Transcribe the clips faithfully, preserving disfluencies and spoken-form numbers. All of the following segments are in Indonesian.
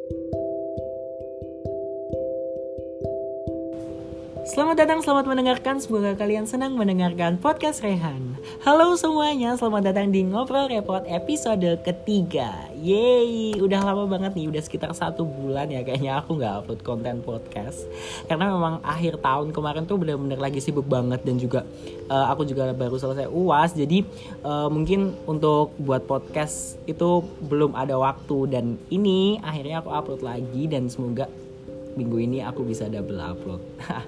Selamat datang, selamat mendengarkan. Semoga kalian senang mendengarkan podcast Rehan. Halo semuanya, selamat datang di Ngobrol Repot episode ketiga. Yeay, udah lama banget nih, udah sekitar satu bulan ya kayaknya aku gak upload konten podcast. Karena memang akhir tahun kemarin tuh bener-bener lagi sibuk banget. Dan juga uh, aku juga baru selesai U A S. Jadi uh, mungkin untuk buat podcast itu belum ada waktu. Dan ini akhirnya aku upload lagi. Dan semoga minggu ini aku bisa double upload.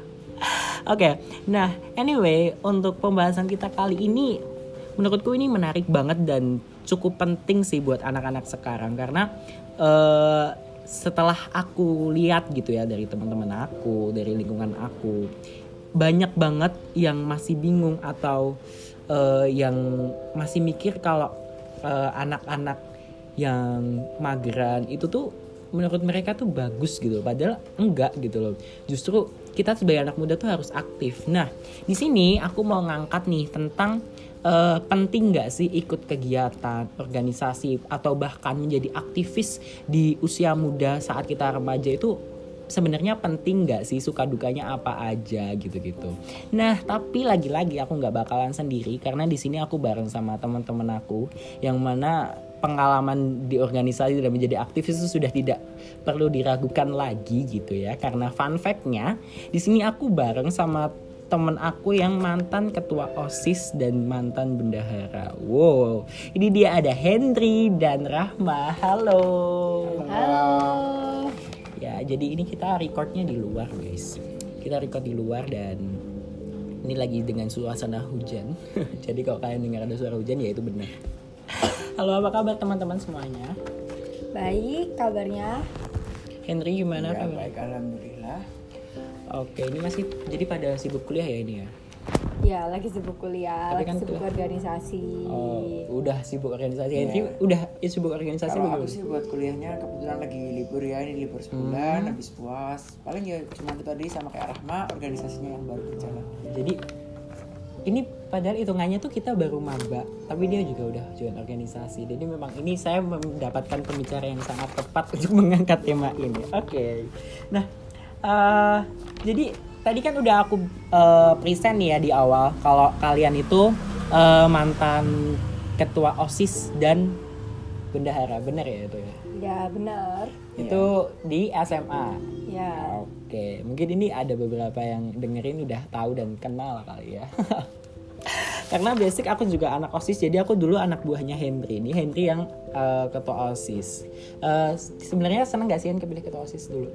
Oke, okay, nah anyway untuk pembahasan kita kali ini menurutku ini menarik banget dan cukup penting sih buat anak-anak sekarang. Karena uh, setelah aku lihat gitu ya dari teman-teman aku, dari lingkungan aku, banyak banget yang masih bingung atau uh, yang masih mikir kalau uh, anak-anak yang mageran itu tuh menurut mereka tuh bagus gitu, padahal enggak gitu loh. Justru kita sebagai anak muda tuh harus aktif. Nah, di sini aku mau ngangkat nih tentang uh, penting nggak sih ikut kegiatan organisasi atau bahkan menjadi aktivis di usia muda saat kita remaja itu sebenarnya penting nggak sih, suka dukanya apa aja gitu-gitu. Nah, tapi lagi-lagi aku nggak bakalan sendiri karena di sini aku bareng sama teman-teman aku yang mana pengalaman di organisasi dan menjadi aktivis itu sudah tidak perlu diragukan lagi gitu ya. Karena fun fact-nya di sini aku bareng sama temen aku yang mantan ketua OSIS dan mantan bendahara. Wow, ini dia ada Henry dan Rahma. Halo. Halo. Ya, jadi ini kita recordnya di luar guys. Kita record di luar dan ini lagi dengan suasana hujan. Jadi kalau kalian dengar ada suara hujan ya itu benar. Halo, apa kabar teman-teman semuanya? Baik, kabarnya. Henry gimana ya, kabar? Baik, alhamdulillah. Oke, ini masih jadi pada sibuk kuliah ya ini ya? Ya, lagi sibuk kuliah, Tapi lagi kan sibuk kuliah. organisasi. Oh, udah sibuk organisasi. Ya. Henry udah ya, sibuk organisasi Kalau belum? aku sih buat kuliahnya kebetulan lagi libur ya, ini libur sebulan, Hmm. habis puas. Paling ya cuma itu tadi sama kayak Rahma, organisasinya yang baru berjalan. Jadi ini padahal hitungannya tuh kita baru maba, tapi dia juga udah join organisasi. Jadi memang ini saya mendapatkan pembicara yang sangat tepat untuk mengangkat tema ini. Oke, okay. Nah uh, jadi tadi kan udah aku uh, present nih ya di awal kalau kalian itu uh, mantan ketua OSIS dan bendahara, benar ya itu ya? Ya, benar. Itu ya. Di S M A. Ya. Oke, mungkin ini ada beberapa yang dengerin udah tahu dan kenal kali ya. Karena basic aku juga anak OSIS, jadi aku dulu anak buahnya Henry. Ini Henry yang uh, ketua OSIS. Uh, sebenarnya seneng gak sih yang kepilih ketua OSIS dulu?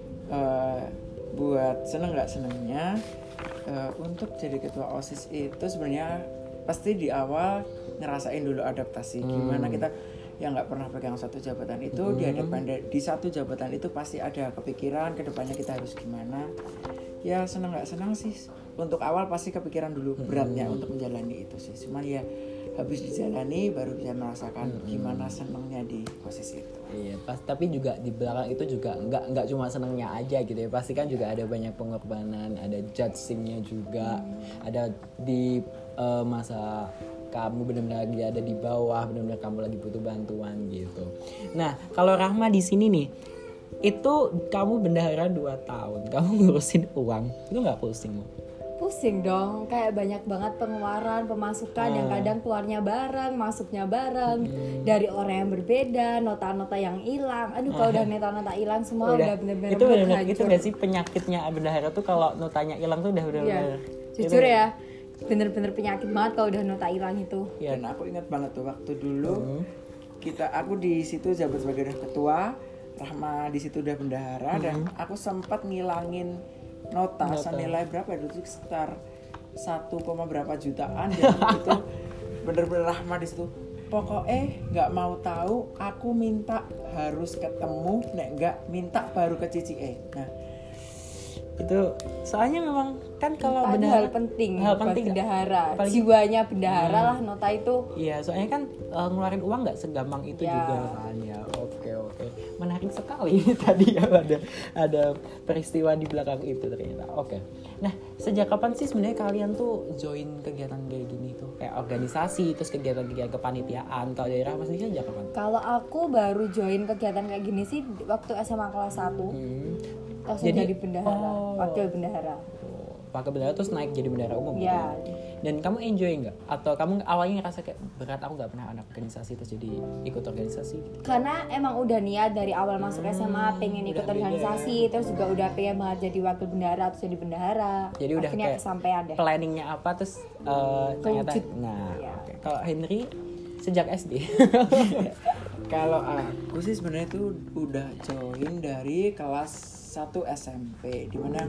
Uh, buat seneng nggak senengnya uh, untuk jadi ketua OSIS itu sebenarnya pasti di awal ngerasain dulu adaptasi. Hmm. Gimana kita yang nggak pernah pegang satu jabatan itu hmm. dihadapkan di satu jabatan itu pasti ada kepikiran kedepannya kita harus gimana. Ya seneng nggak seneng sih untuk awal pasti kepikiran dulu beratnya hmm. untuk menjalani itu sih. Cuman ya habis dijalani baru bisa merasakan hmm. gimana senengnya di posisi itu. Iya, pas tapi juga di belakang itu juga nggak nggak cuma senengnya aja gitu ya. Pasti kan juga ada banyak pengorbanan, ada judging-nya juga, hmm. ada di uh, masa kamu benar-benar lagi ada di bawah, benar-benar kamu lagi butuh bantuan gitu. Nah, kalau Rahma di sini nih, itu kamu bendahara dua tahun, kamu ngurusin uang, itu nggak pusing? Pusing dong, kayak banyak banget pengeluaran, pemasukan hmm. yang kadang keluarnya bareng, masuknya bareng, hmm. dari orang yang berbeda, nota-nota yang hilang. Aduh, kalau udah nota-nota hilang semua udah, udah bener-bener itu bener-bener itu udah sih penyakitnya bendahara tuh kalau notanya hilang tuh udah bener-bener. Ya, jujur itu, ya. Bener-bener penyakit banget kalau udah nota hilang itu. Ya. Dan aku ingat banget tuh waktu dulu hmm. kita aku di situ jabat sebagai ketua, Rahma di situ udah bendahara hmm. dan aku sempat ngilangin nota, nota senilai berapa itu sekitar satu, berapa jutaan dan itu bener-bener Rahma di situ. Pokoknya nggak mau tahu, aku minta harus ketemu, nek nggak minta baru ke Cici eh. Nah itu soalnya memang kan kalau bendahara hal penting hal penting bendahara jiwanya bendahara hmm. lah nota itu. Iya, soalnya kan uh, ngeluarin uang nggak segampang itu ya. Juga kan ya. Oke oke menarik menarik sekali tadi ya, ada ada peristiwa di belakang itu ternyata. Oke. Nah, sejak kapan sih sebenarnya kalian tuh join kegiatan kayak gini tuh? Kayak organisasi, terus kegiatan-kegiatan kepanitiaan. Kalau dari Rahma sendiri sejak kapan? Kalau aku baru join kegiatan kayak gini sih waktu S M A kelas satu. Hmm. Langsung Jadi- jadi bendahara, oh. wakil bendahara. Pakai bendera terus naik jadi bendera umum Ya. gitu. Dan kamu enjoy nggak? Atau kamu awalnya ngerasa kayak berat, aku nggak pernah anak organisasi terus jadi ikut organisasi gitu? Karena emang udah niat dari awal masuk S M A pengen ikut udah beda organisasi, terus juga udah pengen banget jadi wakil bendahara terus jadi bendahara. Jadi udah Akhirnya kayak kesampaian deh. planningnya apa terus uh, ternyata Kewujud. nah Iya. oke. Kalau Henry sejak S D. Kalau aku sih sebenarnya itu udah join dari kelas satu S M P, dimana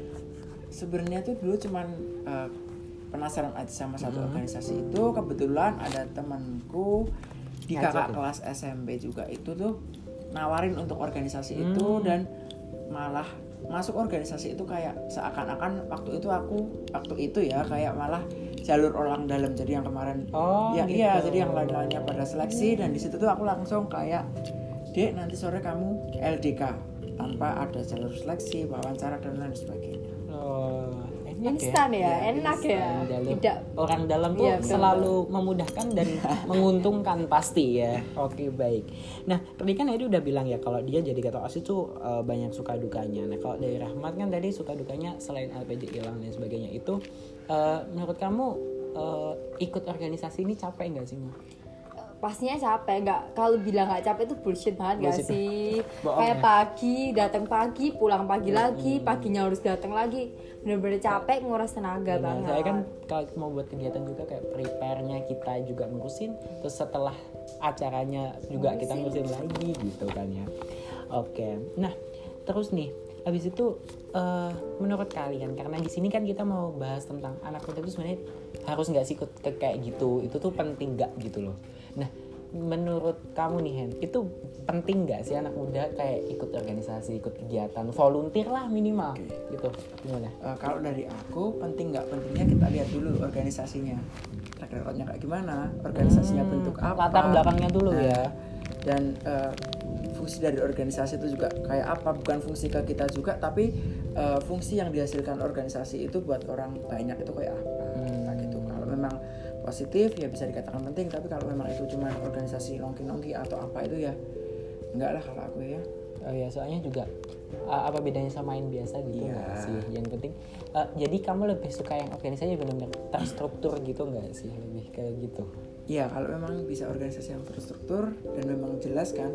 sebenarnya tuh dulu cuman uh, penasaran aja sama satu Hmm. organisasi itu. Kebetulan ada temanku di Ngajak kakak ya? kelas S M P juga itu tuh nawarin untuk organisasi Hmm. itu, dan malah masuk organisasi itu kayak seakan-akan waktu itu aku waktu itu ya kayak malah jalur orang dalam, jadi yang kemarin Oh, ya gitu. iya jadi yang lain-lainnya pada seleksi, dan di situ tuh aku langsung kayak, Dek nanti sore kamu L D K tanpa ada jalur seleksi, wawancara dan lain sebagainya. Oh, enak Instan ya, Ya, enak ya. Orang dalam, Tidak orang dalam tuh Iya, betul. selalu memudahkan dan menguntungkan pasti ya. Oke, baik. Nah, tadi kan Edi udah bilang ya kalau dia jadi ketua OSIS tuh uh, banyak suka dukanya. Nah, kalau dari Rahmat kan tadi suka dukanya selain L P J hilang dan sebagainya itu, uh, menurut kamu uh, ikut organisasi ini capek nggak sih, Ma? pastinya capek. Nggak, kalau bilang nggak capek itu bullshit banget nggak Bullshit. sih? Bohong Kayak ya? pagi datang pagi, pulang pagi lagi, paginya harus datang lagi. Bener-bener capek, nguras tenaga Nah, banget. saya kan kalau mau buat kegiatan juga kayak prepare-nya kita juga ngurusin, terus setelah acaranya juga kita ngurusin lagi gitu kan ya. Oke, nah terus nih, habis itu eh, menurut kalian, karena di sini kan kita mau bahas tentang anak muda itu sebenarnya harus nggak sih ikut ke kayak gitu, itu tuh penting nggak gitu loh. Nah, menurut kamu nih Hen, itu penting nggak sih anak muda kayak ikut organisasi, ikut kegiatan, volunteer lah minimal gitu, gimana? Uh, kalau dari aku penting nggak pentingnya kita lihat dulu organisasinya, track recordnya kayak gimana, organisasinya Hmm, bentuk apa, latar belakangnya dulu Nah, ya. dan uh, fungsi dari organisasi itu juga kayak apa, bukan fungsi ke kita juga, tapi uh, fungsi yang dihasilkan organisasi itu buat orang banyak itu kayak apa, Hmm. kayak gitu. Kalau memang positif ya bisa dikatakan penting, tapi kalau memang itu cuma organisasi nongki-nongki atau apa itu ya enggak lah kalau aku ya. Oh ya, soalnya juga uh, apa bedanya sama main biasa gitu Iya. nggak sih? Yang penting, uh, jadi kamu lebih suka yang organisasi benar-benar terstruktur gitu nggak sih? Lebih kayak gitu. Iya, kalau memang bisa organisasi yang terstruktur dan memang jelas kan.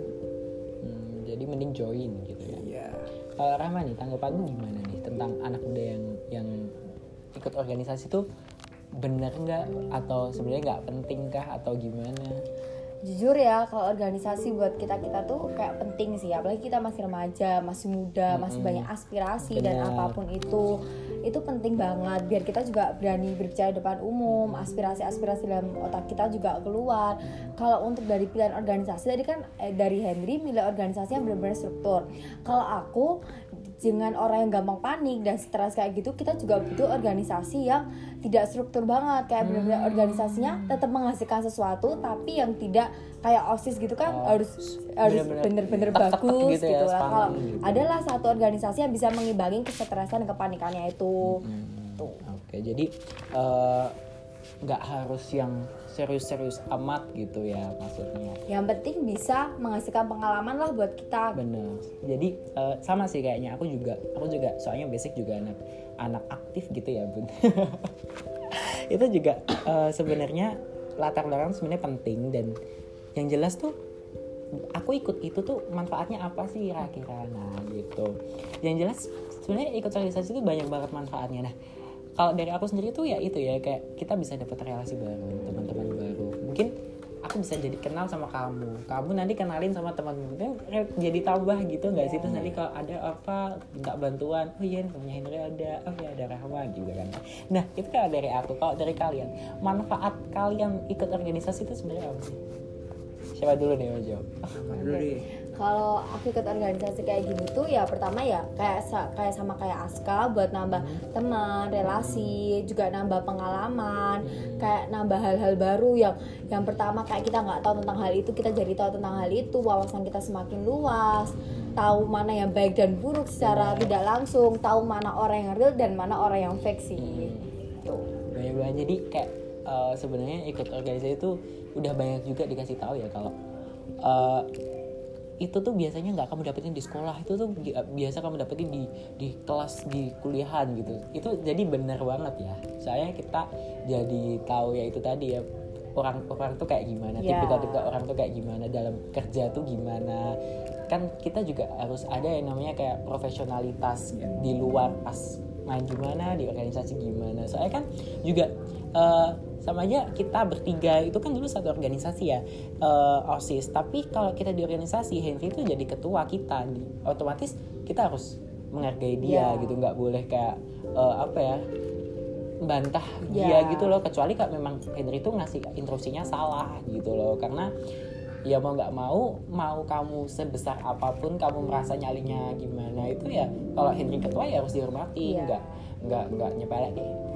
Hmm, jadi mending join gitu ya. Iya. Kalau Rahma nih, tanggapanmu gimana nih tentang anak muda yang yang ikut organisasi tuh benar nggak, atau sebenarnya nggak penting kah, atau gimana? Jujur ya, kalau organisasi buat kita-kita tuh kayak penting sih. Apalagi kita masih remaja, masih muda, masih banyak aspirasi dan Benar. apapun itu. Itu penting banget biar kita juga berani berbicara depan umum, aspirasi-aspirasi dalam otak kita juga keluar. Kalau untuk dari pilihan organisasi tadi kan eh, dari Henry milih organisasi yang benar-benar struktur. Kalau aku dengan orang yang gampang panik dan stres kayak gitu, kita juga butuh organisasi yang tidak struktur banget, kayak benar-benar organisasinya tetap menghasilkan sesuatu tapi yang tidak kayak OSIS gitu kan, Oh, harus harus bener-bener bener-bener tek-tek bagus gitu ya, gitu lah. Kalau spanning gitu. adalah satu organisasi yang bisa mengimbangi kesetresan dan kepanikannya itu. Hmm, Tuh. Oke, jadi eh, nggak harus yang serius-serius amat gitu ya maksudnya. Yang penting bisa menghasilkan pengalaman lah buat kita. Bener. Jadi eh, sama sih kayaknya aku juga, aku juga soalnya basic juga anak anak aktif gitu ya bun. Itu juga eh, sebenarnya latar belakang sebenarnya penting, dan yang jelas tuh aku ikut itu tuh manfaatnya apa sih kira-kira, nah gitu. Yang jelas sebenarnya ikut organisasi itu banyak banget manfaatnya. Nah kalau dari aku sendiri tuh ya itu ya, kayak kita bisa dapat relasi baru, teman-teman baru. Mungkin aku bisa jadi kenal sama kamu, kamu nanti kenalin sama teman-teman, jadi tambah gitu nggak sih? Terus nanti kalau ada apa minta bantuan, oh iya punya Henry ada, oh iya ada Rahma gitu kan. Nah itu kan dari aku. Kalau dari kalian, manfaat kalian ikut organisasi itu sebenarnya apa sih? Siapa dulu nih yang jawab? Dulu deh. Kalau aku ikut organisasi kayak gini tuh ya pertama ya kayak sa- kayak sama kayak Aska buat nambah teman, relasi, juga nambah pengalaman, kayak nambah hal-hal baru yang yang pertama kayak kita nggak tahu tentang hal itu, kita jadi tahu tentang hal itu, wawasan kita semakin luas. tahu mana yang baik dan buruk secara Benar. tidak langsung, tahu mana orang yang real dan mana orang yang fake sih. Hmm. Tuh. Banyak banget, jadi kayak uh, sebenarnya ikut organisasi itu udah banyak juga dikasih tahu ya kalau uh, itu tuh biasanya nggak kamu dapetin di sekolah, itu tuh biasa kamu dapetin di di kelas, di kuliahan gitu. Itu jadi bener banget ya. Soalnya kita jadi tahu ya itu tadi ya, orang-orang tuh kayak gimana, yeah. tipikal-tipikal orang tuh kayak gimana, dalam kerja tuh gimana. Kan kita juga harus ada yang namanya kayak profesionalitas di luar pas main gimana, di organisasi gimana. Soalnya kan juga uh, sama aja kita bertiga itu kan dulu satu organisasi ya, uh, OSIS. Tapi kalau kita di organisasi, Henry itu jadi ketua kita, otomatis kita harus menghargai dia yeah. gitu, nggak boleh kayak uh, apa ya, bantah yeah. dia gitu loh. Kecuali kalau memang Henry itu ngasih instruksinya salah gitu loh, karena ya mau nggak mau, mau kamu sebesar apapun kamu merasa nyalinya gimana itu ya, kalau Henry ketua ya harus dihormati, yeah. nggak nggak nggak nyepelek.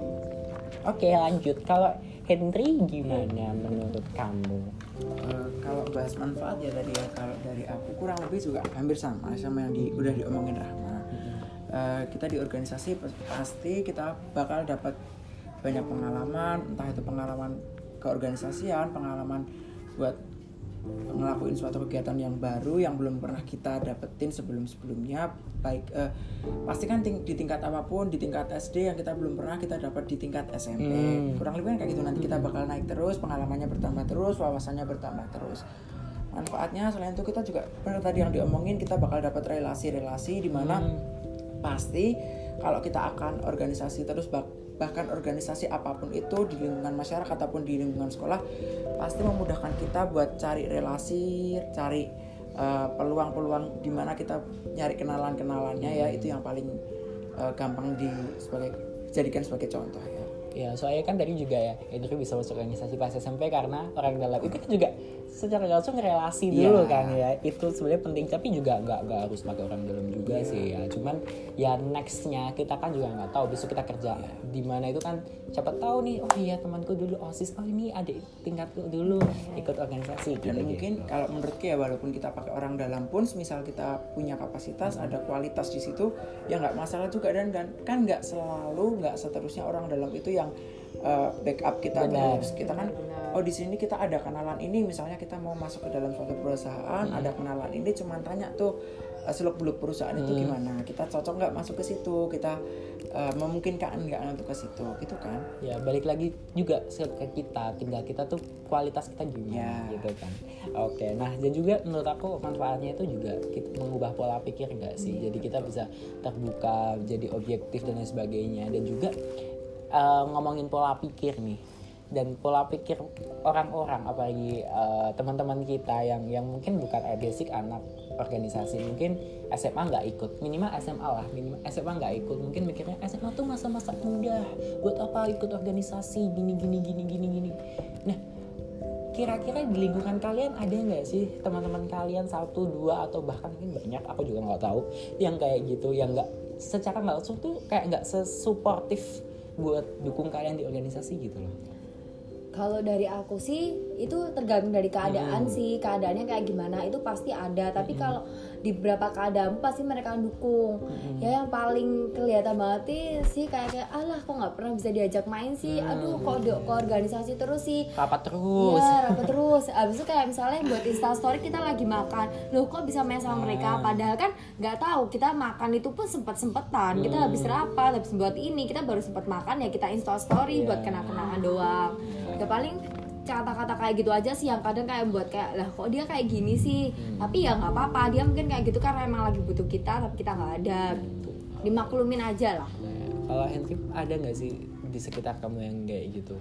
Oke lanjut, kalau Henry gimana menurut kamu? Uh, kalau bahas manfaat ya tadi ya, kalau dari aku kurang lebih juga hampir sama sama yang di, udah diomongin Rahma. Uh, kita di organisasi pasti kita bakal dapat banyak pengalaman, entah itu pengalaman keorganisasian, pengalaman buat ngelakuin suatu kegiatan yang baru yang belum pernah kita dapetin sebelum-sebelumnya. Baik eh, pasti kan ting- di tingkat apapun, di tingkat S D yang kita belum pernah kita dapat di tingkat S M P. hmm. Kurang lebih kan kayak gitu, nanti kita bakal naik terus, pengalamannya bertambah terus, wawasannya bertambah terus. Manfaatnya selain itu kita juga benar tadi yang diomongin, kita bakal dapat relasi-relasi di mana hmm. pasti kalau kita akan organisasi terus, bahkan organisasi apapun itu di lingkungan masyarakat ataupun di lingkungan sekolah, pasti memudahkan kita buat cari relasi, cari uh, peluang-peluang di mana kita nyari kenalan-kenalannya ya, itu yang paling uh, gampang di sebagai jadikan sebagai contoh ya. Ya soalnya kan tadi juga ya, Henry bisa masuk organisasi pas S M P karena orang dalam itu kan juga secara langsung relasi dulu yeah. kan ya, itu sebenarnya penting, tapi juga nggak nggak harus pakai orang dalam juga yeah. sih ya. Cuman ya nextnya kita kan juga nggak tahu besok kita kerja yeah. di mana, itu kan siapa tahu nih, oh iya temanku dulu OSIS, oh ini adik tingkatku dulu ikut organisasi. Dan gitu, mungkin gitu. Kalau menurutku ya, walaupun kita pakai orang dalam pun, misal kita punya kapasitas, ada kualitas di situ, ya nggak masalah juga. Dan kan kan nggak selalu, nggak seterusnya orang dalam itu yang Uh, backup kita Benar. terus. Kita kan oh di sini kita ada kenalan ini, misalnya kita mau masuk ke dalam suatu perusahaan, hmm. ada kenalan ini, cuman tanya tuh uh, seluk-beluk perusahaan hmm. itu gimana, kita cocok nggak masuk ke situ, kita uh, memungkinkan nggak untuk ke situ, gitu kan. Ya balik lagi juga ke kita, tinggal kita tuh kualitas kita gimana ya. Gitu kan. Oke, nah dan juga menurut aku manfaatnya itu juga kita mengubah pola pikir nggak sih, jadi kita bisa terbuka, jadi objektif dan lain sebagainya. Dan juga Uh, ngomongin pola pikir nih, dan pola pikir orang-orang, apalagi uh, teman-teman kita yang yang mungkin bukan basic anak organisasi, mungkin S M A nggak ikut, minimal S M A lah, minimal S M A nggak ikut, mungkin mikirnya S M A tuh masa-masa muda, buat apa ikut organisasi gini gini gini gini gini. Nah kira-kira di lingkungan kalian ada nggak sih teman-teman kalian satu dua atau bahkan mungkin banyak, aku juga nggak tahu, yang kayak gitu, yang nggak secara nggak langsung tuh kayak nggak sesuportif buat dukung kalian di organisasi gitu loh. Kalau dari aku sih itu tergantung dari keadaan hmm. sih, keadaannya kayak gimana itu pasti ada. Tapi hmm. kalau di beberapa keadaan pasti mereka dukung. Hmm. Ya yang paling kelihatan banget sih kayak kayak alah kok nggak pernah bisa diajak main sih. Hmm. Aduh kok di organisasi terus sih. Rapat terus. Iya rapat terus. Abis itu kayak misalnya buat Instastory kita lagi makan, loh kok bisa main sama mereka? Padahal kan nggak tahu kita makan itu pun sempat-sempetan. Kita habis rapat, habis buat ini kita baru sempat makan ya kita Instastory yeah. buat kenang-kenangan doang. Ya paling kata-kata kayak gitu aja sih yang kadang kayak buat kayak lah kok dia kayak gini sih, hmm. tapi ya nggak apa-apa, dia mungkin kayak gitu karena emang lagi butuh kita tapi kita nggak ada gitu, dimaklumin aja lah. Nah, kalau Henry ada nggak sih di sekitar kamu yang kayak gitu?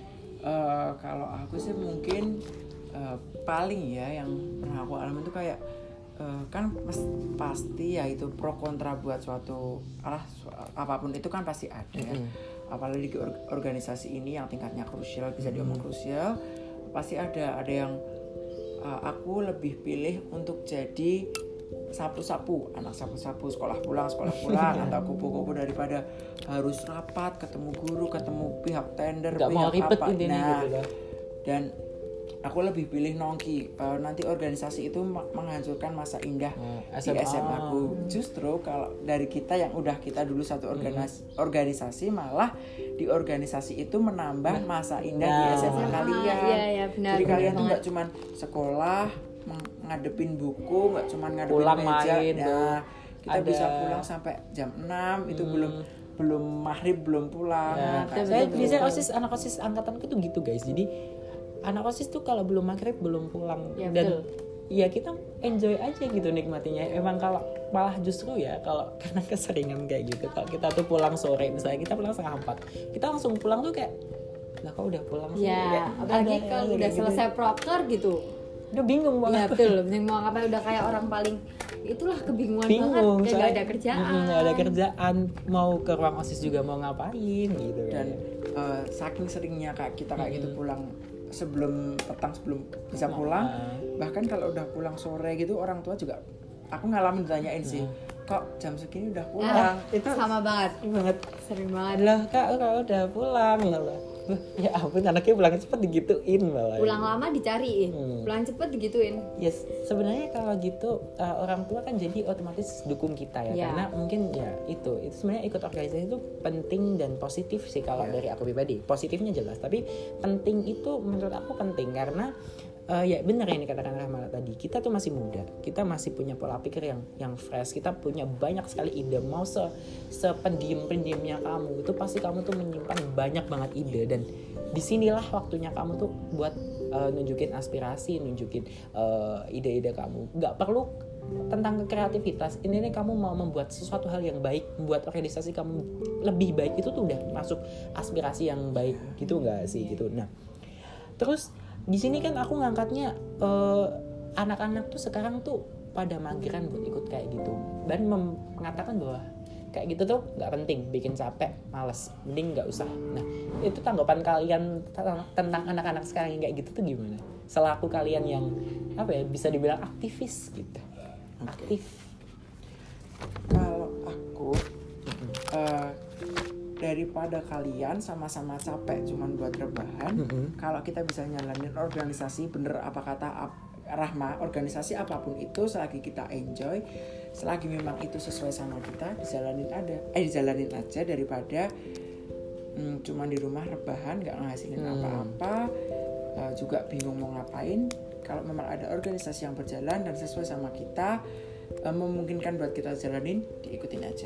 Uh, kalau aku sih mungkin uh, paling ya yang pernah aku alami itu kayak uh, kan mas, pasti ya itu pro kontra buat suatu arah apapun itu kan pasti ada ya. Mm-hmm. Apalagi di organisasi ini yang tingkatnya krusial, bisa diomong krusial, pasti ada ada yang uh, aku lebih pilih untuk jadi sapu-sapu, anak sapu-sapu, sekolah pulang sekolah pulang atau kupu-kupu daripada harus rapat, ketemu guru, ketemu pihak tender, gak pihak mau ribet apa. Nah, gitu. Dan aku lebih pilih nongki. Uh, nanti organisasi itu menghancurkan masa indah oh, di S M A aku. Justru kalau dari kita yang udah kita dulu satu organis- hmm. organisasi, malah di organisasi itu menambah masa indah nah. di S M A kalian. Iya, iya, benar, jadi benar kalian tuh banget. nggak cuman sekolah ngadepin buku, nggak cuman ngadepin pulang meja. Main, nah, kita ada... bisa pulang sampai jam enam itu hmm. belum belum maghrib belum pulang. Nah, nah, saya bisa osis anak osis angkatanku tuh gitu guys. Jadi anak osis tuh kalau belum maghrib belum pulang ya, dan betul. ya kita enjoy aja gitu nikmatinya. Emang kalau malah justru ya kalau karena keseringan kayak gitu, kalau kita tuh pulang sore misalnya kita pulang setengah empat, kita langsung pulang tuh kayak lah kok udah pulang sih ya, apalagi kalau udah gitu. Selesai proker gitu udah bingung banget. Ya betul, bingung mau ngapain, udah kayak orang paling itulah kebingungan bingung, banget, kayak gak ada kerjaan. Gak ada kerjaan, mau ke ruang osis juga mau ngapain gitu. Dan uh, saking seringnya kayak kita kayak mm-hmm. gitu pulang sebelum petang sebelum bisa pulang, nah. bahkan kalau udah pulang sore gitu orang tua juga, aku ngalamin ditanyain mm-hmm. sih, kok jam segini udah pulang? Ah, itu sama banget, banget, sering banget. Lah kak, kalau udah pulang lah. Ya ampun, anaknya pulang cepet digituin malah. Pulang lama dicariin, hmm. pulang cepet digituin. Yes, sebenarnya kalau gitu uh, orang tua kan jadi otomatis dukung kita ya, yeah. karena mungkin ya itu itu sebenarnya ikut organisasi itu penting dan positif sih kalau yeah. dari aku pribadi. Positifnya jelas, tapi penting itu menurut aku penting karena uh, ya benar yang dikatakan Rahma tadi, kita tuh masih muda, kita masih punya pola pikir yang yang fresh, kita punya banyak sekali ide. Mau se sependiam-pendiamnya kamu itu pasti kamu tuh menyimpan banyak banget ide, dan disinilah waktunya kamu tuh buat uh, nunjukin aspirasi, nunjukin uh, ide-ide kamu. Nggak perlu tentang kreativitas, ini nih kamu mau membuat sesuatu hal yang baik, membuat organisasi kamu lebih baik, itu tuh udah masuk aspirasi yang baik gitu nggak sih gitu. Nah terus di sini kan aku ngangkatnya uh, anak-anak tuh sekarang tuh pada mageran buat ikut kayak gitu dan mem- mengatakan bahwa kayak gitu tuh nggak penting, bikin capek, malas, mending nggak usah. Nah itu tanggapan kalian tentang anak-anak sekarang yang kayak gitu tuh gimana? Selaku kalian yang apa ya bisa dibilang aktivis gitu, okay. aktif. Kalau aku uh, daripada kalian sama-sama capek cuman buat rebahan, mm-hmm. kalau kita bisa nyalanin organisasi bener apa kata ap- Rahma, organisasi apapun itu selagi kita enjoy, selagi memang itu sesuai sama kita, dijalanin ada, eh dijalanin aja daripada hmm, cuman di rumah rebahan nggak ngasilin hmm. apa-apa, uh, juga bingung mau ngapain. Kalau memang ada organisasi yang berjalan dan sesuai sama kita, uh, memungkinkan buat kita jalanin, diikutin aja.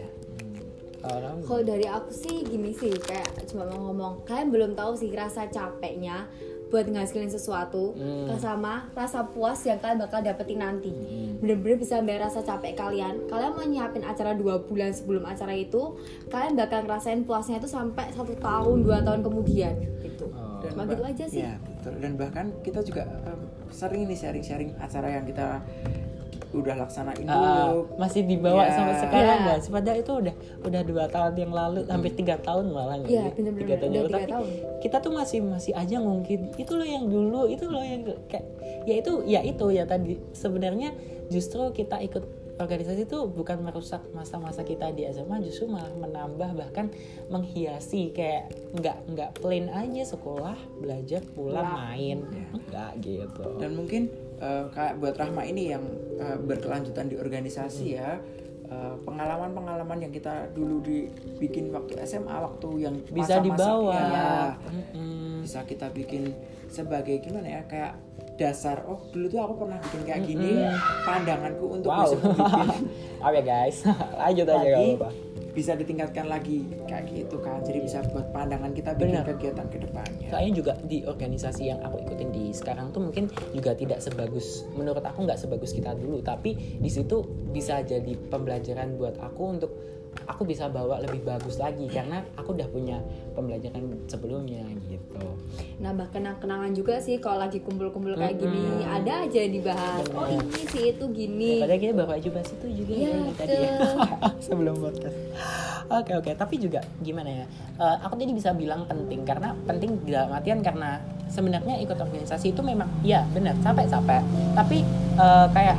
Hmm. Kalau dari aku sih gini sih, kayak cuma mau ngomong, kalian belum tahu sih rasa capeknya buat ngasilin sesuatu hmm. sama rasa puas yang kalian bakal dapetin nanti. hmm. Bener-bener bisa ambil rasa capek kalian. Kalian mau nyiapin acara dua bulan sebelum acara itu, kalian bakal ngerasain puasnya itu sampai satu tahun, dua tahun kemudian gitu. oh. Cuma gitu aja sih. Ya betul. Dan bahkan kita juga um, sering nih sharing-sharing acara yang kita udah laksanain dulu, uh, masih dibawa yeah. sampai sekarang yeah. guys. Padahal itu udah udah dua tahun yang lalu, hmm. hampir tiga tahun malah nggak yeah, ya? Tiga tahun lalu. Tapi tahun. kita tuh masih masih aja ngungkit itu loh yang dulu, itu loh yang kayak ya itu ya itu ya tadi sebenarnya justru kita ikut organisasi itu bukan merusak masa-masa kita di S M A, justru malah menambah bahkan menghiasi, kayak nggak nggak plain aja sekolah belajar pulang nah. main yeah. enggak gitu. Dan mungkin uh, kayak buat Rahma ini yang uh, berkelanjutan di organisasi hmm. ya, uh, pengalaman-pengalaman yang kita dulu dibikin waktu S M A, waktu yang bisa dibawa ya, hmm. bisa kita bikin sebagai gimana ya, kayak dasar, oh dulu tuh aku pernah bikin kayak gini, mm-hmm. pandanganku untuk wow. bisa bikin apa ya guys, lanjut aja gak apa-apa, bisa ditingkatkan lagi kayak gitu kan, jadi bisa buat pandangan kita bikin bener. Kegiatan ke depannya. Soalnya juga di organisasi yang aku ikutin di sekarang tuh mungkin juga tidak sebagus, menurut aku nggak sebagus kita dulu, tapi di situ bisa jadi pembelajaran buat aku untuk aku bisa bawa lebih bagus lagi karena aku udah punya pembelajaran sebelumnya gitu. Nambah kenang-kenangan juga sih kalau lagi kumpul-kumpul kayak mm-hmm. gini, ada aja dibahas. Bener. Oh ini sih itu gini. Ya, padahal kita baru aja bahas itu juga ya, ya tadi ya. Sebelum podcast. Oke oke, tapi juga gimana ya? Uh, aku tadi bisa bilang penting karena penting dalam artian karena sebenarnya ikut organisasi itu memang ya benar capek-capek, tapi uh, kayak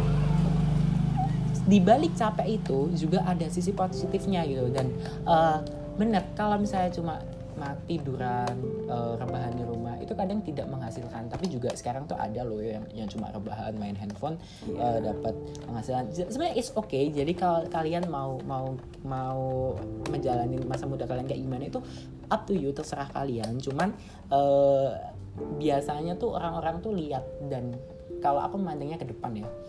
di balik capek itu juga ada sisi positifnya gitu. Dan uh, benar kalau misalnya cuma tiduran, uh, rebahan di rumah itu kadang tidak menghasilkan, tapi juga sekarang tuh ada loh yang yang cuma rebahan main handphone yeah. uh, dapat penghasilan. Sebenarnya it's okay. Jadi kalau kalian mau mau mau menjalani masa muda kalian kayak gimana itu up to you, terserah kalian. Cuman uh, biasanya tuh orang-orang tuh lihat, dan kalau aku memandangnya ke depan ya,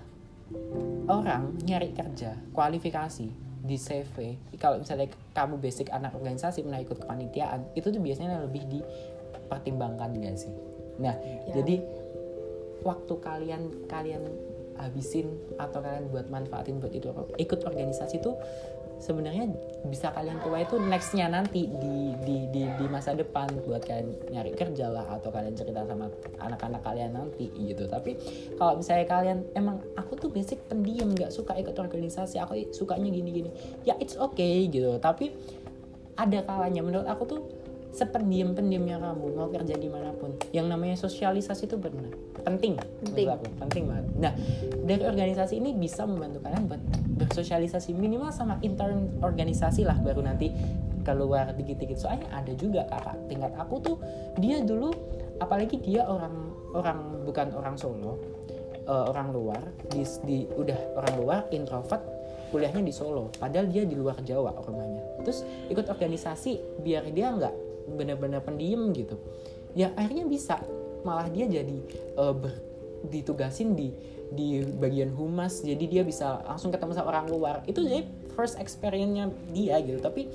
orang nyari kerja, kualifikasi di C V, kalau misalnya kamu basic anak organisasi pernah ikut kepanitiaan, itu tuh biasanya lebih dipertimbangkan gak sih? Nah, ya. Jadi waktu kalian kalian habisin atau kalian buat manfaatin buat itu ikut organisasi tuh sebenarnya bisa kalian tuai itu nextnya nanti di, di di di masa depan buat kalian nyari kerja lah, atau kalian cerita sama anak-anak kalian nanti gitu. Tapi kalau misalnya kalian emang aku tuh basic pendiam, nggak suka ikut organisasi, aku sukanya gini-gini, ya it's okay gitu. Tapi ada kalanya menurut aku tuh sependiam-pendiamnya kamu mau kerja dimanapun, yang namanya sosialisasi itu benar penting, penting. Aku, penting banget. Nah, dari organisasi ini bisa membantu kalian buat bersosialisasi minimal sama intern organisasi lah, baru nanti keluar dikit-dikit. Soalnya ada juga kakak tingkat aku tuh, dia dulu apalagi dia orang orang bukan orang Solo, uh, orang luar, di, di udah orang luar introvert, kuliahnya di Solo, padahal dia di luar Jawa rumahnya. Terus ikut organisasi biar dia nggak benar-benar pendiam gitu. Ya akhirnya bisa, malah dia jadi uh, ber, ditugasin di di bagian humas, jadi dia bisa langsung ketemu sama orang luar. Itu jadi first experience-nya dia gitu. Tapi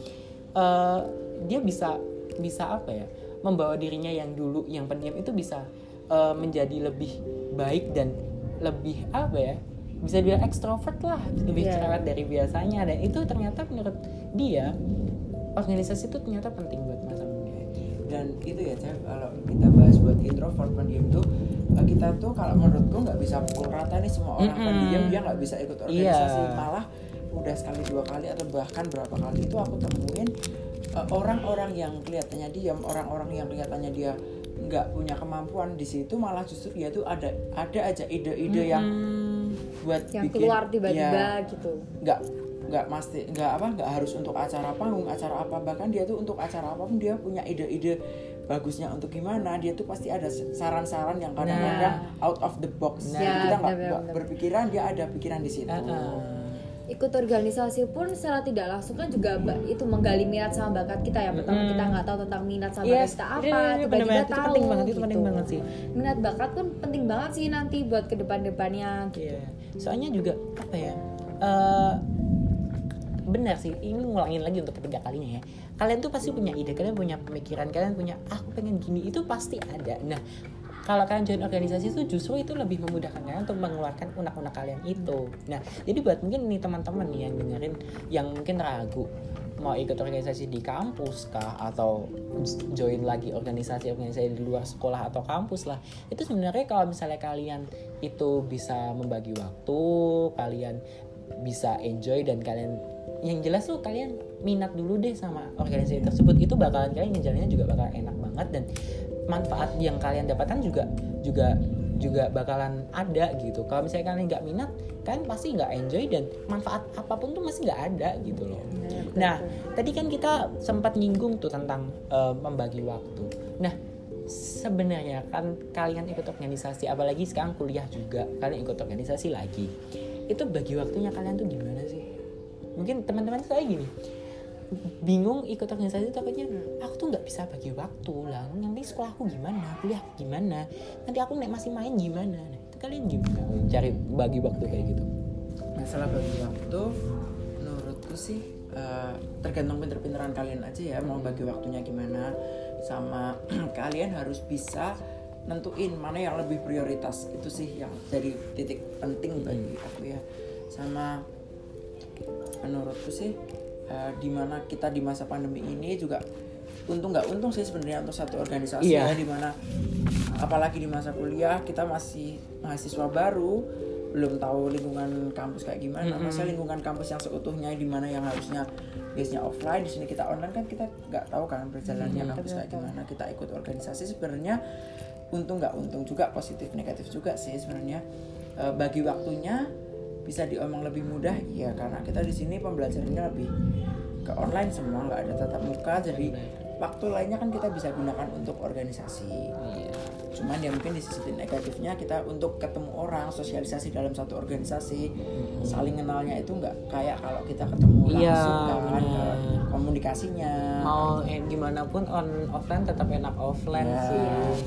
uh, dia bisa bisa apa ya? Membawa dirinya yang dulu yang pendiam itu bisa uh, menjadi lebih baik dan lebih apa ya? Bisa dia extrovert lah, lebih yeah. cerewet dari biasanya. Dan itu ternyata menurut dia organisasi itu ternyata penting buat masa muda. Dan itu ya Cep, kalau kita bahas buat introvert pendiam tuh, kita tuh kalau menurutku nggak bisa pukul rata nih semua orang mm-hmm. pendiam dia nggak bisa ikut organisasi. Yeah. Malah udah sekali dua kali atau bahkan berapa kali itu aku temuin uh, orang-orang yang kelihatannya diam, orang-orang yang kelihatannya dia nggak punya kemampuan di situ, malah justru dia tuh ada ada aja ide-ide mm-hmm. yang buat yang bikin, keluar tiba-tiba ya, gitu. Nggak nggak mesti nggak apa nggak harus untuk acara panggung, acara apa, bahkan dia tuh untuk acara apapun dia punya ide-ide bagusnya untuk gimana, dia tuh pasti ada saran-saran yang kadang-kadang nah. out of the box. Nah, kita nggak berpikiran, dia ada pikiran di situ. Uh-uh. Ikut organisasi pun secara tidak langsung kan juga itu menggali minat sama bakat kita ya. Pertama mm. kita nggak tahu tentang minat sama yes. bakat kita apa, yeah, yeah, tiba-tiba yeah, tahu. Itu penting banget, gitu. itu penting banget sih. Minat bakat pun penting banget sih nanti buat ke depan-depannya. Gitu. Yeah. Soalnya juga apa ya? Uh, benar sih, ini ngulangin lagi untuk ketiga kalinya ya. Kalian tuh pasti punya ide, kalian punya pemikiran, kalian punya aku pengen gini, itu pasti ada. Nah, kalau kalian join organisasi itu justru itu lebih memudahkan kalian untuk mengeluarkan unek-unek kalian itu. Nah, jadi buat mungkin nih teman-teman nih yang dengerin, yang mungkin ragu mau ikut organisasi di kampus kah, atau join lagi organisasi-organisasi di luar sekolah atau kampus lah, itu sebenarnya kalau misalnya kalian itu bisa membagi waktu, kalian bisa enjoy, dan kalian yang jelas tuh kalian minat dulu deh sama organisasi tersebut, itu bakalan kalian ngejalannya juga bakalan enak banget, dan manfaat yang kalian dapatkan juga juga juga bakalan ada gitu. Kalau misalnya kalian nggak minat, kalian pasti nggak enjoy, dan manfaat apapun tuh masih nggak ada gitu loh. Ya, nah, tadi kan kita sempat nyinggung tuh tentang uh, membagi waktu. Nah, sebenarnya kan kalian ikut organisasi, apalagi sekarang kuliah juga kalian ikut organisasi lagi, itu bagi waktunya kalian tuh gimana sih? Mungkin teman-teman saya gini, bingung ikut organisasi, takutnya aku tuh nggak bisa bagi waktu lah, nanti sekolahku gimana, kuliah gimana, nanti aku nek masih main gimana. Nah, itu kalian gimana cari bagi waktu kayak gitu? Masalah bagi waktu menurutku sih uh, tergantung pinter-pinteran kalian aja ya, mau bagi waktunya gimana. Sama kalian harus bisa nentuin mana yang lebih prioritas, itu sih yang jadi titik penting bagi aku ya. Sama menurutku sih uh, di mana kita di masa pandemi ini juga untung nggak untung sih sebenarnya untuk satu organisasi yeah. ya, di mana apalagi di masa kuliah kita masih mahasiswa baru, belum tahu lingkungan kampus kayak gimana. Mm-hmm. Masa lingkungan kampus yang seutuhnya di mana yang harusnya biasanya offline, di sini kita online, kan kita nggak tahu kan berjalannya mm-hmm. kampus kayak gimana. Kita ikut organisasi sebenarnya untung nggak untung juga, positif negatif juga sih sebenarnya. E, bagi waktunya bisa diomong lebih mudah ya, karena kita di sini pembelajarannya lebih ke online semua, nggak ada tatap muka, jadi waktu lainnya kan kita bisa gunakan untuk organisasi. Iya. Cuman ya mungkin di sisi negatifnya kita untuk ketemu orang, sosialisasi dalam satu organisasi, hmm. saling kenalnya itu nggak kayak kalau kita ketemu iya, langsung kan, komunikasinya. Mau eh, gimana pun on offline tetap enak offline ya. sih.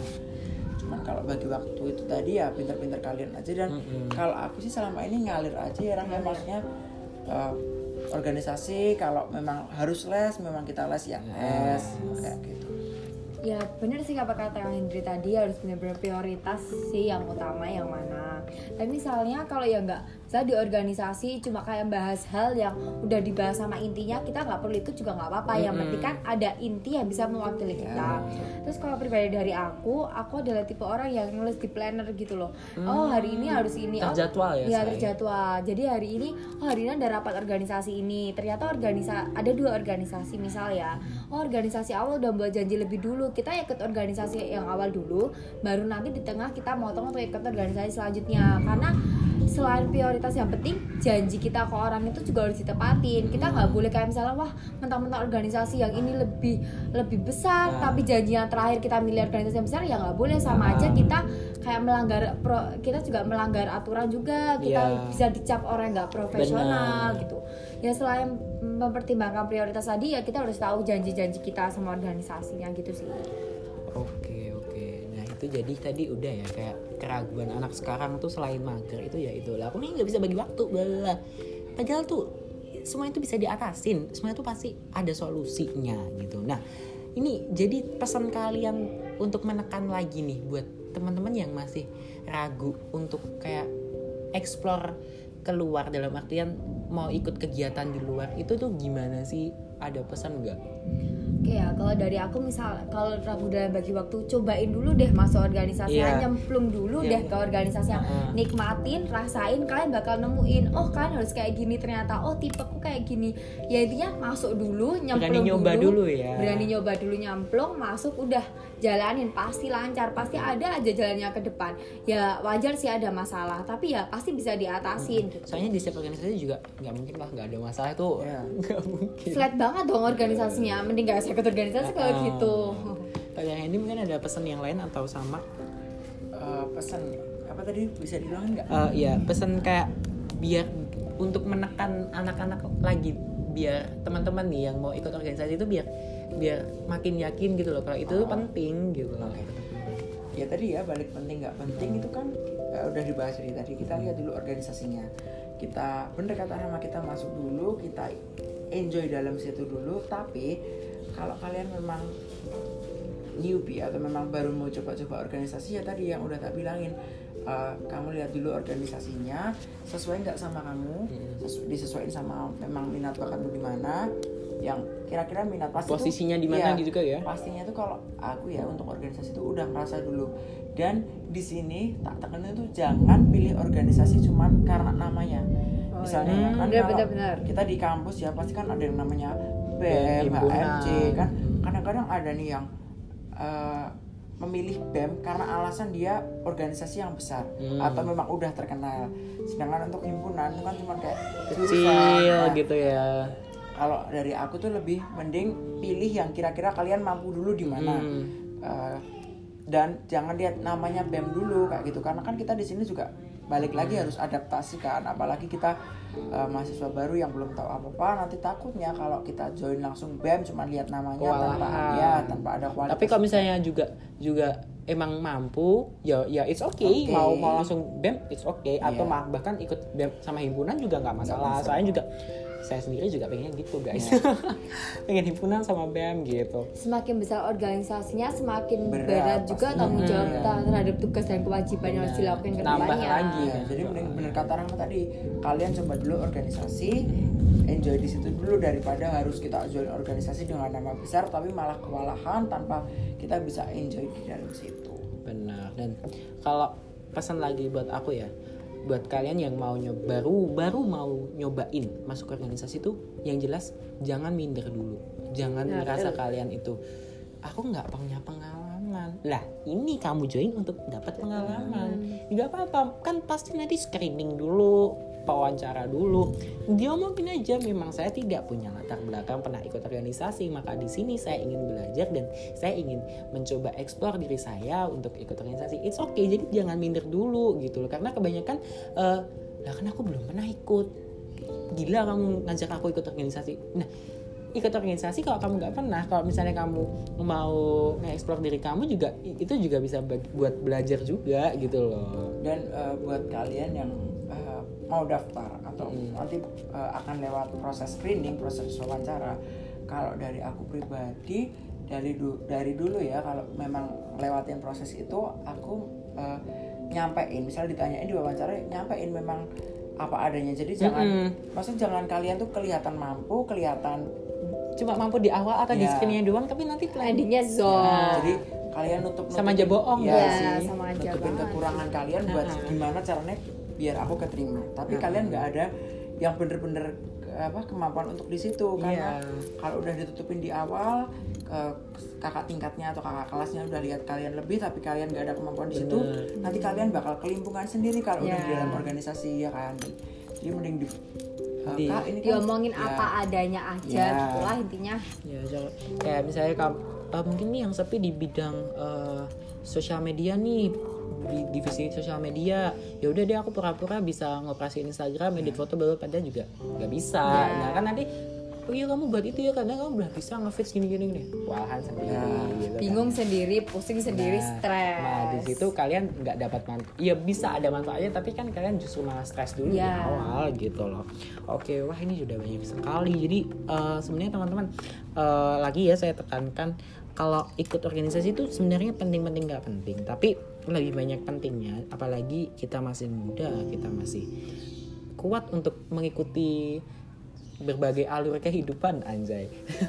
Cuman kalau bagi waktu itu tadi ya pintar-pintar kalian aja dan mm-hmm. kalau aku sih selama ini ngalir aja ya orang ya maksudnya uh, organisasi kalau memang harus les memang kita les ya les yes. kayak gitu. Ya benar sih apa kata Hendri tadi, harus benar-benar prioritas sih yang utama yang mana. Tapi misalnya kalau ya enggak, misalnya di organisasi cuma kayak bahas hal yang udah dibahas sama intinya, kita nggak perlu ikut juga nggak apa-apa. Yang Mm-hmm. penting kan ada inti yang bisa mewakili kita. Yeah. Terus kalau pribadi dari aku, aku adalah tipe orang yang nulis di planner gitu loh. Mm. Oh hari ini harus ini. Terjadwal oh, ya? Ya terjadwal. Jadi hari ini, oh hari ini ada rapat organisasi ini. Ternyata organisasi ada dua organisasi misal ya. Oh organisasi awal udah buat janji lebih dulu. Kita ikut organisasi yang awal dulu, baru nanti di tengah kita motong untuk ikut organisasi selanjutnya. Karena selain prioritas yang penting, janji kita ke orang itu juga harus ditepatin. Kita nggak boleh kayak misalnya wah mentang-mentang organisasi yang ini lebih lebih besar, nah. tapi janji yang terakhir kita milih organisasi yang besar ya nggak boleh. Sama aja kita kayak melanggar pro, kita juga melanggar aturan juga. Kita yeah. bisa dicap orang nggak profesional gitu. Ya selain mempertimbangkan prioritas tadi ya kita harus tahu janji-janji kita sama organisasinya gitu sih. Oke oke, nah itu jadi tadi udah ya kayak keraguan anak sekarang tuh selain mager itu ya itulah aku nih nggak bisa bagi waktu, blah. Padahal tuh semua itu bisa diatasin, semua itu pasti ada solusinya gitu. Nah ini jadi pesan kalian untuk menekan lagi nih buat teman-teman yang masih ragu untuk kayak explore keluar dalam artian mau ikut kegiatan di luar itu tuh gimana sih? Ada pesan nggak? Oke ya, kalau dari aku misal kalau ragu dalam bagi waktu, cobain dulu deh masuk organisasi, yeah. nyemplung dulu yeah. deh ke organisasi yang uh-huh. nikmatin, rasain, kalian bakal nemuin, oh kalian harus kayak gini ternyata, oh tipeku kayak gini. Ya intinya masuk dulu, nyemplung berani nyoba dulu, dulu ya. Berani nyoba dulu nyemplung, masuk udah jalanin, pasti lancar, pasti ada aja jalannya ke depan. Ya wajar sih ada masalah, tapi ya pasti bisa diatasin. Hmm. Gitu. Soalnya di setiap organisasi juga nggak mungkin lah nggak ada masalah itu, nggak yeah. mungkin. Flat banget dong organisasinya, mending gak ikut organisasi kalau uh, gitu. Kalau yang ini mungkin ada pesan yang lain atau sama? Uh, pesan apa tadi bisa diulangi nggak? Uh, ya pesan kayak biar untuk menekan anak-anak lagi, biar teman-teman nih yang mau ikut organisasi itu biar biar makin yakin gitu loh kalau itu tuh oh. penting gitu loh. Okay. Ya tadi ya balik penting nggak penting itu kan uh, udah dibahas dari tadi. Kita lihat dulu organisasinya. Kita bener kata sama kita masuk dulu, kita enjoy dalam situ dulu. Tapi kalau kalian memang newbie atau memang baru mau coba-coba organisasi ya tadi yang udah tak bilangin, uh, kamu lihat dulu organisasinya sesuai nggak sama kamu, sesu- disesuaikan sama memang minat bakatmu di mana, yang kira-kira minat pasti posisinya di mana ya, gitu kan ya. Pastinya tuh kalau aku ya untuk organisasi itu udah merasa dulu. Dan di sini tak tekenin tuh jangan pilih organisasi cuman karena namanya. Oh, misalnya iya. kan benar, kalau benar, benar. kita di kampus ya pasti kan ada yang namanya B E M, H M C kan. Kadang-kadang ada nih yang uh, memilih B E M karena alasan dia organisasi yang besar hmm. atau memang udah terkenal. Sedangkan untuk himpunan itu kan cuma kayak kecil nah, gitu ya. Kalau dari aku tuh lebih mending pilih yang kira-kira kalian mampu dulu di mana. Hmm. Uh, dan jangan lihat namanya B E M dulu kayak gitu karena kan kita di sini juga balik lagi harus adaptasi kan, apalagi kita uh, mahasiswa baru yang belum tahu apa-apa, nanti takutnya kalau kita join langsung B E M cuma lihat namanya Walahan. tanpa ya tanpa ada kualitas. Tapi kalau misalnya juga juga emang mampu ya ya it's okay, okay. mau mau langsung B E M it's okay atau yeah. bahkan ikut B E M sama himpunan juga nggak masalah. masalah. Saya juga saya sendiri juga pengen gitu guys, yeah. pengen himpunan sama B E M gitu. Semakin besar organisasinya semakin berat, berat juga pasti. tanggung jawab hmm. terhadap tugas dan kewajiban yang harus dilakukan ke depannya. Lagi ya, jadi benar kata Rahma tadi, kalian coba dulu organisasi, enjoy di situ dulu daripada harus kita join organisasi dengan nama besar tapi malah kewalahan tanpa kita bisa enjoy di dalam situ. Benar. Dan kalau pesan lagi buat aku ya, buat kalian yang mau nyoba baru baru mau nyobain masuk organisasi tuh, yang jelas jangan minder dulu, jangan nah, merasa el. kalian itu aku nggak punya pengalaman. Lah ini kamu join untuk dapat pengalaman, nggak hmm. apa-apa kan, pasti nanti screening dulu wawancara dulu. Dia mungkin aja memang saya tidak punya latar belakang pernah ikut organisasi, maka di sini saya ingin belajar dan saya ingin mencoba eksplor diri saya untuk ikut organisasi. It's okay, jadi jangan minder dulu gitu loh, karena kebanyakan uh, lah kan aku belum pernah ikut, gila kamu ngajak aku ikut organisasi. Nah, ikut organisasi kalau kamu nggak pernah, kalau misalnya kamu mau nge-explore diri kamu juga, itu juga bisa buat belajar juga gitu loh. Dan uh, buat kalian yang uh, mau daftar atau hmm. nanti uh, akan lewat proses screening, proses wawancara, kalau dari aku pribadi dari du- dari dulu ya, kalau memang lewatin proses itu aku uh, nyampein, misalnya ditanyain di wawancara, nyampein memang apa adanya. Jadi jangan, mm-hmm. maksudnya jangan kalian tuh kelihatan mampu, kelihatan cuma mampu di awal atau ya. Di screeningnya doang, tapi nanti endingnya zone. Nah, jadi kalian nutup, nutup sama aja bohong ya, ya sih, sama aja nutupin banget. Kekurangan kalian buat uh-huh. gimana caranya biar aku keterima. Tapi uh-huh. kalian nggak ada yang bener-bener apa kemampuan untuk di situ, karena yeah. kalau udah ditutupin di awal, ke kakak tingkatnya atau kakak kelasnya udah lihat kalian lebih tapi kalian nggak ada kemampuan di situ, nanti kalian bakal kelimpungan sendiri kalau yeah. udah di dalam organisasi ya kan. Jadi mending di Di, uh, ini kan, diomongin ya, apa adanya aja, ya. Itulah intinya. Ya, kayak misalnya kamu uh, mungkin nih yang sepi di bidang uh, sosial media nih, di divisi sosial media, ya udah deh aku pura-pura bisa ngoperasi Instagram, edit foto, baru pada juga nggak bisa. Ya. Nah kan nanti, oh iya kamu buat itu ya karena kamu udah bisa nge-fix gini-gini nih, walahan sendiri, ya. Gitu, bingung kan. sendiri, pusing sendiri, nah, stres. Nah di situ kalian nggak dapat manfaat, ya bisa ada manfaatnya, tapi kan kalian justru malah stres dulu ya. Di awal gitu loh. Oke, wah ini sudah banyak sekali. Jadi uh, sebenarnya teman-teman uh, lagi ya saya tekankan, kalau ikut organisasi itu sebenarnya penting-penting nggak penting, tapi lebih banyak pentingnya, apalagi kita masih muda, kita masih kuat untuk mengikuti berbagai alur kehidupan, anjay.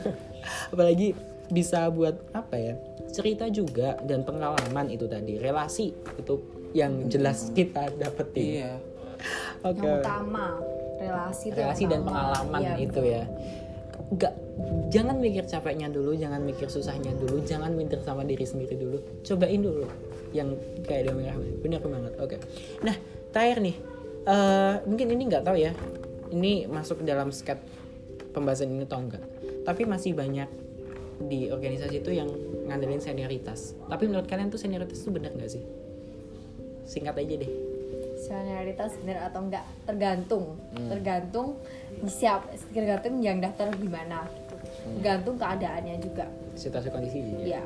Apalagi bisa buat apa ya, cerita juga dan pengalaman itu tadi, relasi itu yang jelas kita dapetin. Iya. Oke. Yang utama relasi, relasi dan pengalaman iya, itu betul. Ya. Enggak, jangan mikir capeknya dulu, jangan mikir susahnya dulu, jangan minder sama diri sendiri dulu. Cobain dulu yang kayak dia bilang, benar banget. Oke. Nah, terakhir nih, uh, mungkin ini nggak tahu ya, ini masuk ke dalam sket pembahasan ini atau enggak, tapi masih banyak di organisasi itu yang ngandelin senioritas. Tapi menurut kalian tuh senioritas itu benar nggak sih? Singkat aja deh. Senioritas benar atau enggak tergantung, hmm. tergantung siap, tergantung yang daftar gimana, gitu. Hmm. Tergantung keadaannya juga. Situasi kondisi juga. Iya.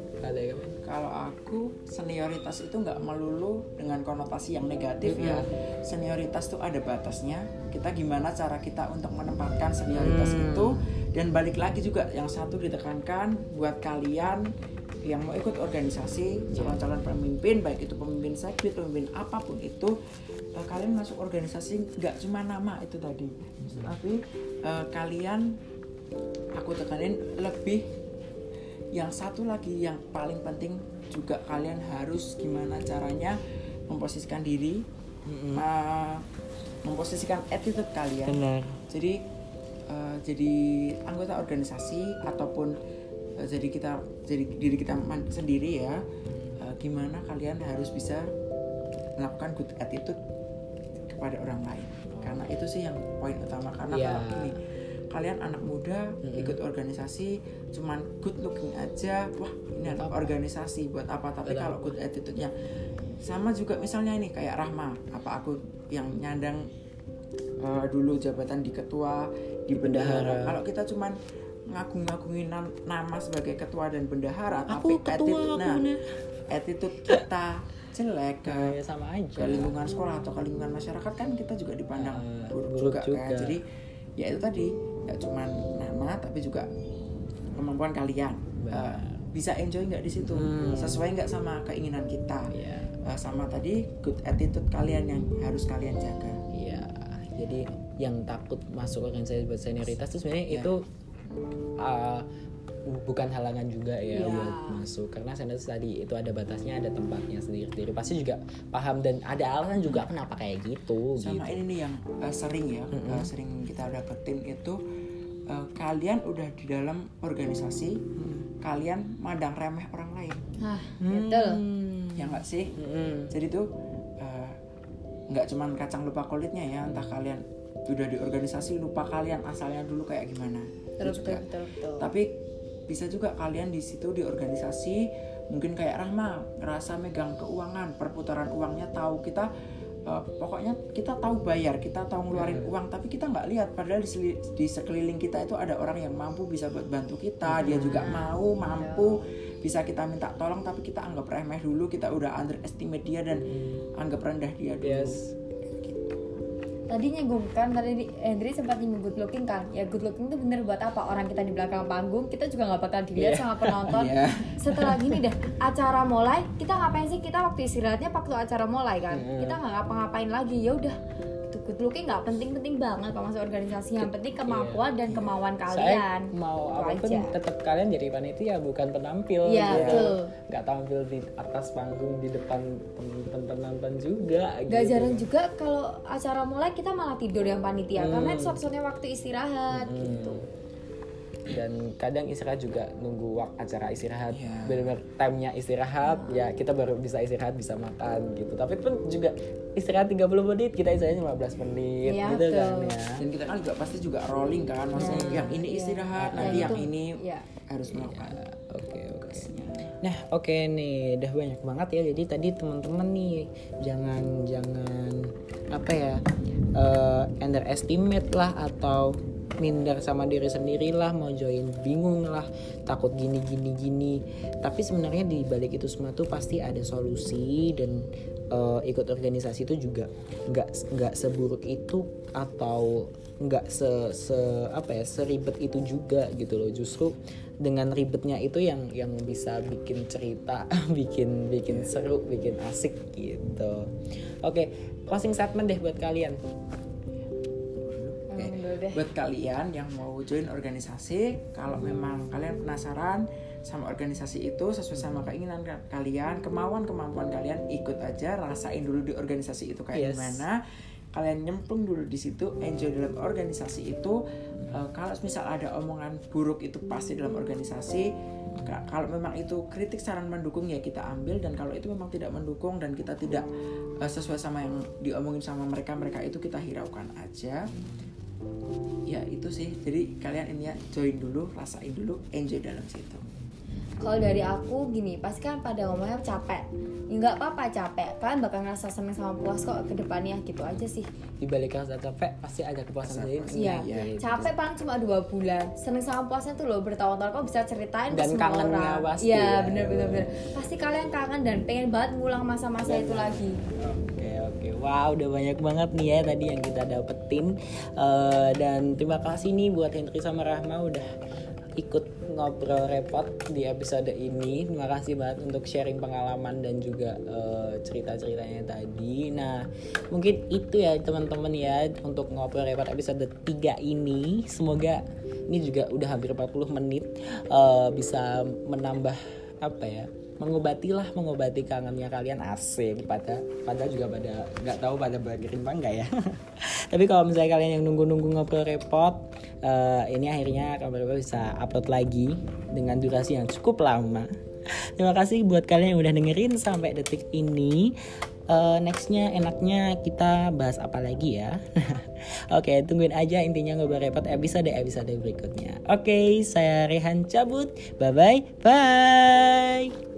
Kalau aku senioritas itu nggak melulu dengan konotasi yang negatif mm-hmm. ya. Senioritas tuh ada batasnya. Kita gimana cara kita untuk menempatkan senioritas mm. itu. Dan balik lagi juga yang satu ditekankan buat kalian yang mau ikut organisasi, calon-calon pemimpin, baik itu pemimpin sekbid, pemimpin apapun itu, uh, kalian masuk organisasi nggak cuma nama itu tadi, tapi uh, kalian, aku tekanin lebih. Yang satu lagi yang paling penting juga, kalian harus gimana caranya memposisikan diri, mm-hmm. uh, memposisikan attitude kalian. Benar. Jadi uh, jadi anggota organisasi ataupun uh, jadi kita jadi diri kita man- sendiri ya, uh, gimana kalian harus bisa melakukan good attitude kepada orang lain. Karena itu sih yang poin utama. Karena yeah. kalau ini kalian anak muda mm-hmm. ikut organisasi cuman good looking aja, wah ini anak organisasi buat apa, tapi kalau good attitude-nya sama juga. Misalnya ini kayak Rahma, apa aku yang nyandang uh, dulu jabatan di ketua, di bendahara, kalau kita cuman ngagung-ngagungin nama sebagai ketua dan bendahara, aku tapi ketua, attitude, nah attitude kita jelek ke, nah, ya sama aja. Ke lingkungan sekolah atau ke lingkungan masyarakat kan kita juga dipandang uh, buruk juga, juga kan. Jadi ya itu tadi, nggak cuma nama tapi juga kemampuan kalian, uh, bisa enjoy nggak di situ, hmm. sesuai nggak sama keinginan kita, yeah. uh, sama tadi good attitude kalian yang harus kalian jaga. Iya, yeah. Jadi yang takut masuk organisasi buat senioritas itu sebenarnya yeah. itu uh, bukan halangan juga ya yeah. buat masuk, karena senioritas tadi itu ada batasnya, ada tempatnya sendiri-sendiri, pasti juga paham dan ada alasan juga kenapa kayak gitu. Sama gitu. Ini nih yang uh, sering ya, mm-hmm. uh, sering kita dapetin itu, uh, kalian udah di dalam organisasi, hmm. kalian mandang remeh orang lain. Ah, betul. Ya nggak sih? Hmm. Jadi tuh uh, nggak cuman kacang lupa kulitnya ya, entah kalian udah di organisasi lupa kalian asalnya dulu kayak gimana. Betul, Itu juga. betul, betul, betul. Tapi bisa juga kalian di situ di organisasi mungkin kayak Rahma ngerasa megang keuangan, perputaran uangnya tahu kita uh, pokoknya kita tahu bayar, kita tahu ngeluarin hmm. uang, tapi kita nggak lihat padahal di, di sekeliling kita itu ada orang yang mampu bisa buat bantu kita, hmm. dia juga mau mampu bisa kita minta tolong, tapi kita anggap remeh dulu, kita udah underestimate dia dan hmm. anggap rendah dia dulu. Yes. Tadi nyinggung kan, tadi Hendri sempat nyinggung good looking kan. Ya good looking itu bener buat apa? Orang kita di belakang panggung, kita juga gak bakal dilihat yeah. sama penonton. yeah. Setelah gini deh, acara mulai, kita ngapain sih? Kita waktu istirahatnya waktu acara mulai kan. Mm. Kita gak ngapa-ngapain lagi, ya udah. Good looking gak penting-penting banget kalau masuk organisasi. Yang penting kemampuan yeah. dan kemauan kalian. Saya mau apapun tetap kalian jadi panitia, bukan penampil. Iya yeah, betul. Gak tampil di atas panggung di depan penonton juga. Gak gitu. Jarang juga kalau acara mulai kita malah tidur yang panitia hmm. karena itu satu-satunya waktu istirahat hmm. gitu. Dan kadang istirahat juga nunggu waktu acara istirahat, yeah. benar-benar time-nya istirahat, yeah. ya kita baru bisa istirahat, bisa makan gitu. Tapi pun juga istirahat tiga puluh menit, kita istirahat lima belas menit yeah, gitu betul. kan ya. Dan kita kan juga pasti juga rolling kan, maksudnya yeah. yang ini istirahat, yeah. nanti yeah. yang itu, ini yeah. harus melakukan. Oke okay, oke. Okay. Nah oke okay nih, udah banyak banget ya. Jadi tadi teman-teman nih jangan jangan apa ya uh, underestimate lah atau minder sama diri sendiri lah, mau join bingung lah, takut gini gini gini. Tapi sebenarnya di balik itu semua tuh pasti ada solusi, dan uh, ikut organisasi itu juga nggak nggak seburuk itu atau nggak se, se apa ya seribet itu juga gitu loh. Justru dengan ribetnya itu yang yang bisa bikin cerita, bikin bikin seru, bikin asik gitu. Oke, closing statement deh buat kalian. Okay. Buat kalian yang mau join organisasi, kalau memang kalian penasaran sama organisasi itu sesuai sama keinginan kalian, kemauan kemampuan kalian, ikut aja, rasain dulu di organisasi itu kayak yes. gimana. Kalian nyemplung dulu di situ, enjoy dalam organisasi itu. Uh, kalau misal ada omongan buruk itu pasti dalam organisasi. K- kalau memang itu kritik saran mendukung ya kita ambil, dan kalau itu memang tidak mendukung dan kita tidak uh, sesuai sama yang diomongin sama mereka mereka itu kita hiraukan aja. Ya itu sih, jadi kalian ini ya join dulu, rasain dulu, enjoy dalam situ. Kalau dari aku gini, pasti kan pada ngomongnya capek. Ya nggak apa-apa capek, kalian bakal ngerasa seneng sama puas kok ke depannya, gitu aja sih. Di balik rasa capek pasti ada kepuasan sendiri. Iya, ya, capek paling cuma dua bulan. Seneng sama puasnya tuh loh bertahun-tahun kok bisa ceritain ke semua orang. Dan kangennya pasti. Iya, ya, bener-bener. Pasti kalian kangen dan pengen banget ngulang masa-masa bener. Itu lagi. Oke oke, wow udah banyak banget nih ya tadi yang kita dapetin. Uh, dan terima kasih nih buat Hendri sama Rahma udah ikut ngobrol repot di episode ini. Terima kasih banget untuk sharing pengalaman dan juga uh, cerita-ceritanya tadi. Nah mungkin itu ya teman-teman ya untuk ngobrol repot episode tiga ini. Semoga ini juga udah hampir empat puluh menit uh, bisa menambah apa ya, mengobati lah, mengobati kangennya kalian. Asik, pada pada juga pada nggak tahu pada berkirim apa enggak ya. Tapi kalau misalnya kalian yang nunggu-nunggu ngobrol repot, uh, ini akhirnya Kabar Repot bisa upload lagi dengan durasi yang cukup lama. Terima kasih buat kalian yang udah dengerin sampai detik ini. Uh, nextnya enaknya kita bahas apa lagi ya? Oke, okay, tungguin aja intinya Ngobrol Repot episode-episode berikutnya. Oke, okay, saya Rehan cabut. Bye-bye. Bye.